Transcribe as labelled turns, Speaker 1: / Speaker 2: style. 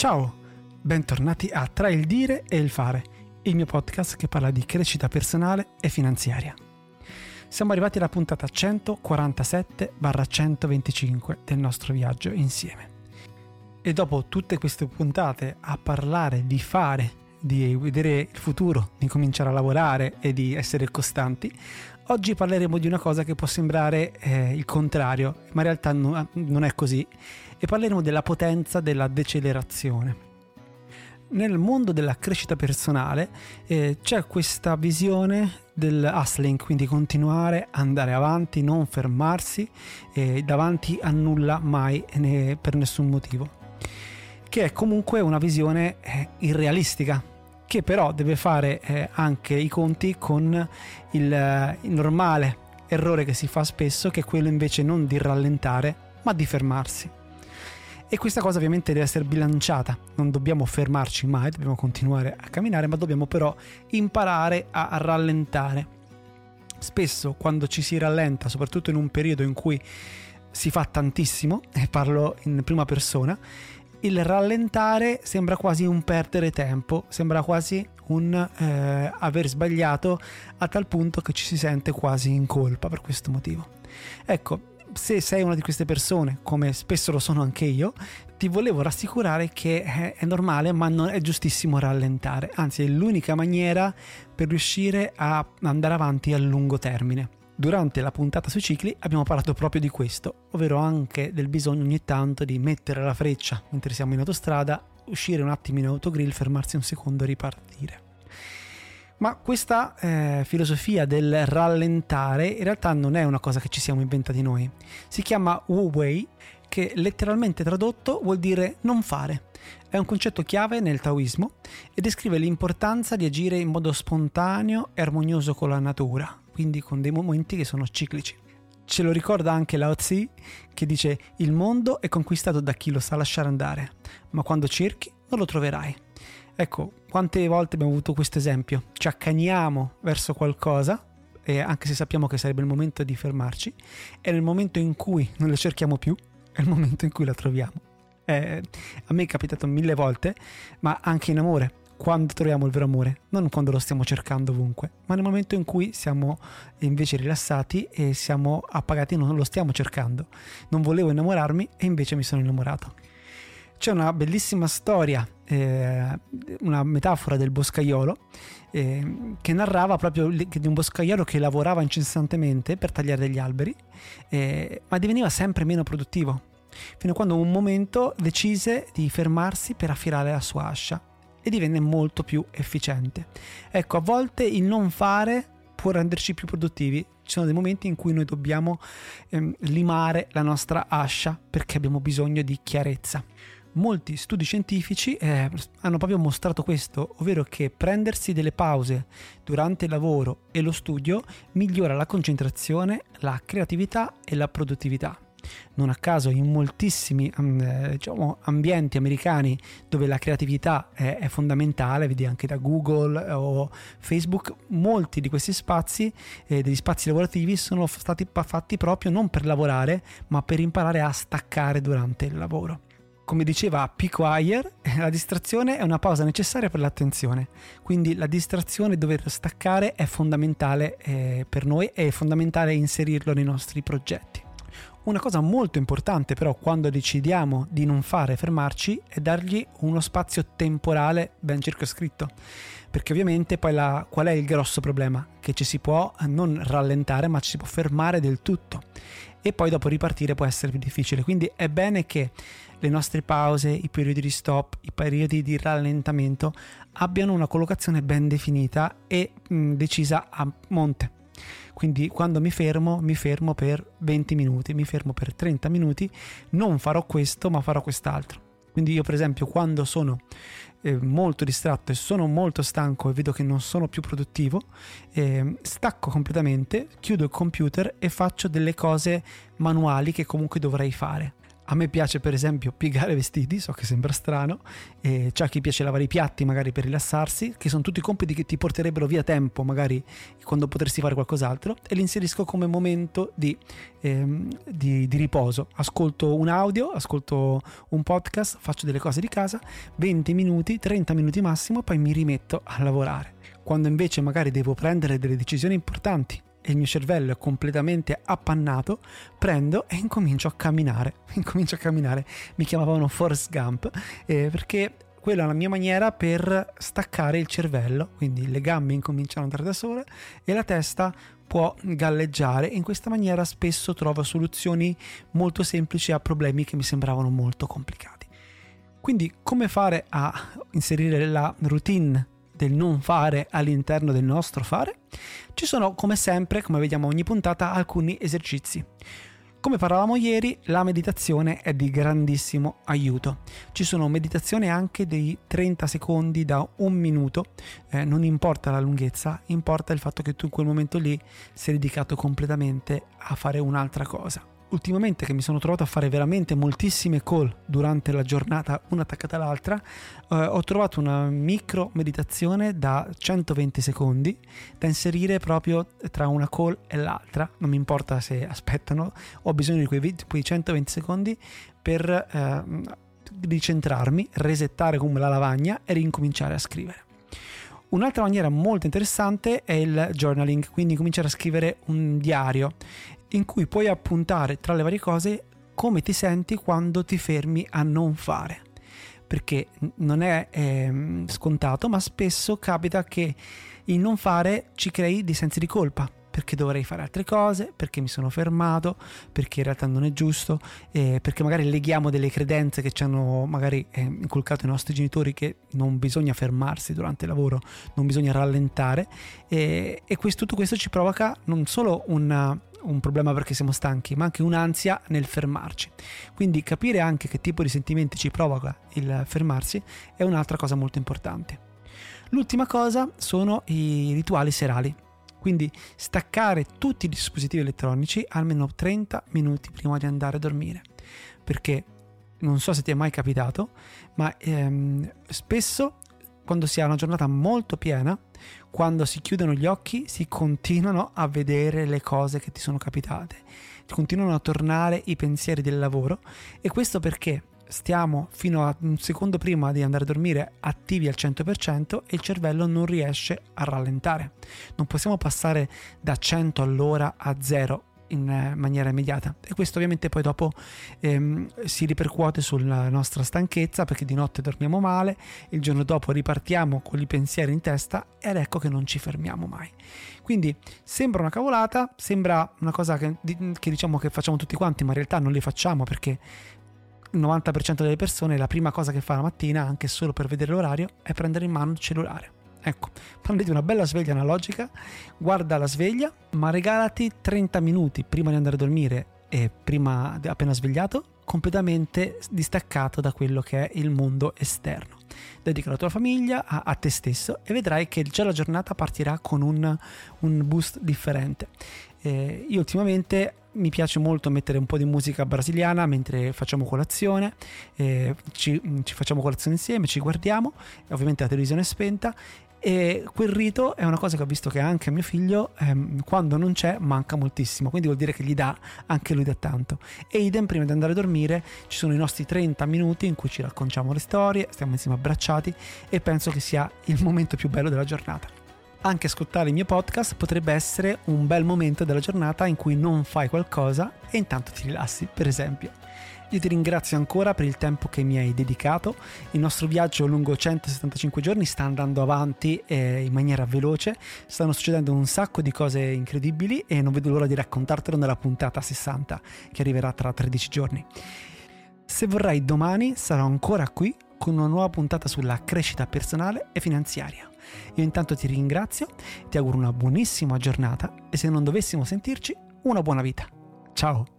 Speaker 1: Ciao, bentornati a Tra il dire e il fare, il mio podcast che parla di crescita personale e finanziaria. Siamo arrivati alla puntata 147/125 del nostro viaggio insieme. E dopo tutte queste puntate a parlare di fare, di vedere il futuro, di cominciare a lavorare e di essere costanti, oggi parleremo di una cosa che può sembrare il contrario, ma in realtà non è così, e parleremo della potenza della decelerazione. Nel mondo della crescita personale c'è questa visione del hustling, quindi continuare, andare avanti, non fermarsi davanti a nulla mai per nessun motivo, che è comunque una visione irrealistica, che però deve fare anche i conti con il normale errore che si fa spesso, che è quello invece non di rallentare ma di fermarsi. E questa cosa ovviamente deve essere bilanciata, non dobbiamo fermarci mai, dobbiamo continuare a camminare, ma dobbiamo però imparare a rallentare. Spesso quando ci si rallenta, soprattutto in un periodo in cui si fa tantissimo, e parlo in prima persona, il rallentare sembra quasi un perdere tempo, sembra quasi un aver sbagliato, a tal punto che ci si sente quasi in colpa per questo motivo. Ecco, se sei una di queste persone, come spesso lo sono anche io, ti volevo rassicurare che è normale, ma non è giustissimo rallentare, anzi è l'unica maniera per riuscire a andare avanti a lungo termine. Durante la puntata sui cicli abbiamo parlato proprio di questo, ovvero anche del bisogno ogni tanto di mettere la freccia mentre siamo in autostrada, uscire un attimo in autogrill, fermarsi un secondo e ripartire. Ma questa filosofia del rallentare in realtà non è una cosa che ci siamo inventati noi. Si chiama Wu Wei, che letteralmente tradotto vuol dire non fare. È un concetto chiave nel taoismo e descrive l'importanza di agire in modo spontaneo e armonioso con la natura, quindi con dei momenti che sono ciclici. Ce lo ricorda anche Lao Tzu, che dice: il mondo è conquistato da chi lo sa lasciare andare, ma quando cerchi non lo troverai. Ecco, quante volte abbiamo avuto questo esempio: ci accaniamo verso qualcosa, anche se sappiamo che sarebbe il momento di fermarci, e nel momento in cui non la cerchiamo più è il momento in cui la troviamo. A me è capitato 1000 volte, ma anche in amore, quando troviamo il vero amore, non quando lo stiamo cercando ovunque, ma nel momento in cui siamo invece rilassati e siamo appagati, non lo stiamo cercando. Non volevo innamorarmi e invece mi sono innamorato. C'è una bellissima storia, una metafora del boscaiolo che narrava proprio di un boscaiolo che lavorava incessantemente per tagliare degli alberi, ma diveniva sempre meno produttivo, fino a quando un momento decise di fermarsi per affilare la sua ascia e divenne molto più efficiente. Ecco, a volte il non fare può renderci più produttivi. Ci sono dei momenti in cui noi dobbiamo limare la nostra ascia perché abbiamo bisogno di chiarezza. Molti studi scientifici hanno proprio mostrato questo, ovvero che prendersi delle pause durante il lavoro e lo studio migliora la concentrazione, la creatività e la produttività. Non a caso in moltissimi ambienti americani dove la creatività è fondamentale, vedi anche da Google o Facebook, molti di questi spazi, degli spazi lavorativi, sono stati fatti proprio non per lavorare, ma per imparare a staccare durante il lavoro. Come diceva Pico Iyer, la distrazione è una pausa necessaria per l'attenzione, quindi la distrazione, dover staccare, è fondamentale per noi, è fondamentale inserirlo nei nostri progetti. Una cosa molto importante però quando decidiamo di non fare, fermarci, è dargli uno spazio temporale ben circoscritto, perché ovviamente poi qual è il grosso problema? Che ci si può non rallentare, ma ci si può fermare del tutto e poi dopo ripartire può essere più difficile. Quindi è bene che le nostre pause, i periodi di stop, i periodi di rallentamento abbiano una collocazione ben definita e decisa a monte. Quindi quando mi fermo per 20 minuti, mi fermo per 30 minuti, non farò questo ma farò quest'altro. Quindi io per esempio quando sono molto distratto e sono molto stanco e vedo che non sono più produttivo, stacco completamente, chiudo il computer e faccio delle cose manuali che comunque dovrei fare. A me piace per esempio piegare vestiti, so che sembra strano, e c'è a chi piace lavare i piatti magari per rilassarsi, che sono tutti compiti che ti porterebbero via tempo magari quando potresti fare qualcos'altro, e li inserisco come momento di riposo. Ascolto un audio, ascolto un podcast, faccio delle cose di casa, 20 minuti, 30 minuti massimo, poi mi rimetto a lavorare. Quando invece magari devo prendere delle decisioni importanti e il mio cervello è completamente appannato, prendo e incomincio a camminare. Mi chiamavano Forrest Gump, perché quella è la mia maniera per staccare il cervello, quindi le gambe incominciano ad andare da sole e la testa può galleggiare. In questa maniera spesso trovo soluzioni molto semplici a problemi che mi sembravano molto complicati. Quindi come fare a inserire la routine del non fare all'interno del nostro fare? Ci sono, come sempre, come vediamo ogni puntata, alcuni esercizi. Come parlavamo ieri, la meditazione è di grandissimo aiuto. Ci sono meditazioni anche dei 30 secondi da un minuto, non importa la lunghezza, importa il fatto che tu in quel momento lì sei dedicato completamente a fare un'altra cosa. Ultimamente, che mi sono trovato a fare veramente moltissime call durante la giornata, una attaccata all'altra, ho trovato una micro meditazione da 120 secondi da inserire proprio tra una call e l'altra. Non mi importa se aspettano, ho bisogno di quei 120 secondi per ricentrarmi, resettare come la lavagna e rincominciare a scrivere. Un'altra maniera molto interessante è il journaling, quindi cominciare a scrivere un diario in cui puoi appuntare tra le varie cose come ti senti quando ti fermi a non fare, perché non è scontato, ma spesso capita che il non fare ci crei dei sensi di colpa, perché dovrei fare altre cose, perché mi sono fermato, perché in realtà non è giusto, perché magari leghiamo delle credenze che ci hanno magari inculcato i nostri genitori, che non bisogna fermarsi durante il lavoro, non bisogna rallentare, e tutto questo ci provoca non solo un problema perché siamo stanchi, ma anche un'ansia nel fermarci. Quindi capire anche che tipo di sentimenti ci provoca il fermarsi è un'altra cosa molto importante. L'ultima cosa sono i rituali serali. Quindi staccare tutti i dispositivi elettronici almeno 30 minuti prima di andare a dormire, perché non so se ti è mai capitato, ma spesso quando si ha una giornata molto piena, quando si chiudono gli occhi, si continuano a vedere le cose che ti sono capitate, continuano a tornare i pensieri del lavoro, e questo perché stiamo fino a un secondo prima di andare a dormire attivi al 100% e il cervello non riesce a rallentare. Non possiamo passare da 100 all'ora a 0 in maniera immediata, e questo ovviamente poi dopo si ripercuote sulla nostra stanchezza, perché di notte dormiamo male, il giorno dopo ripartiamo con i pensieri in testa ed ecco che non ci fermiamo mai. Quindi sembra una cavolata, sembra una cosa che diciamo che facciamo tutti quanti, ma in realtà non li facciamo, perché il 90% delle persone la prima cosa che fa la mattina, anche solo per vedere l'orario, è prendere in mano il cellulare. Ecco, prenditi una bella sveglia analogica, guarda la sveglia, ma regalati 30 minuti prima di andare a dormire e appena svegliato, completamente distaccato da quello che è il mondo esterno. Dedica la tua famiglia, a te stesso, e vedrai che già la giornata partirà con un boost differente. Io ultimamente mi piace molto mettere un po' di musica brasiliana mentre facciamo colazione, ci facciamo colazione insieme, ci guardiamo, ovviamente la televisione è spenta, e quel rito è una cosa che ho visto che anche a mio figlio quando non c'è manca moltissimo, quindi vuol dire che anche lui dà tanto. E idem, prima di andare a dormire ci sono i nostri 30 minuti in cui ci racconciamo le storie, stiamo insieme abbracciati, e penso che sia il momento più bello della giornata. Anche ascoltare il mio podcast potrebbe essere un bel momento della giornata in cui non fai qualcosa e intanto ti rilassi, per esempio. Io ti ringrazio ancora per il tempo che mi hai dedicato. Il nostro viaggio lungo 175 giorni sta andando avanti in maniera veloce, stanno succedendo un sacco di cose incredibili e non vedo l'ora di raccontartelo nella puntata 60 che arriverà tra 13 giorni. Se vorrai, domani sarò ancora qui con una nuova puntata sulla crescita personale e finanziaria. Io intanto ti ringrazio, ti auguro una buonissima giornata e se non dovessimo sentirci, una buona vita. Ciao!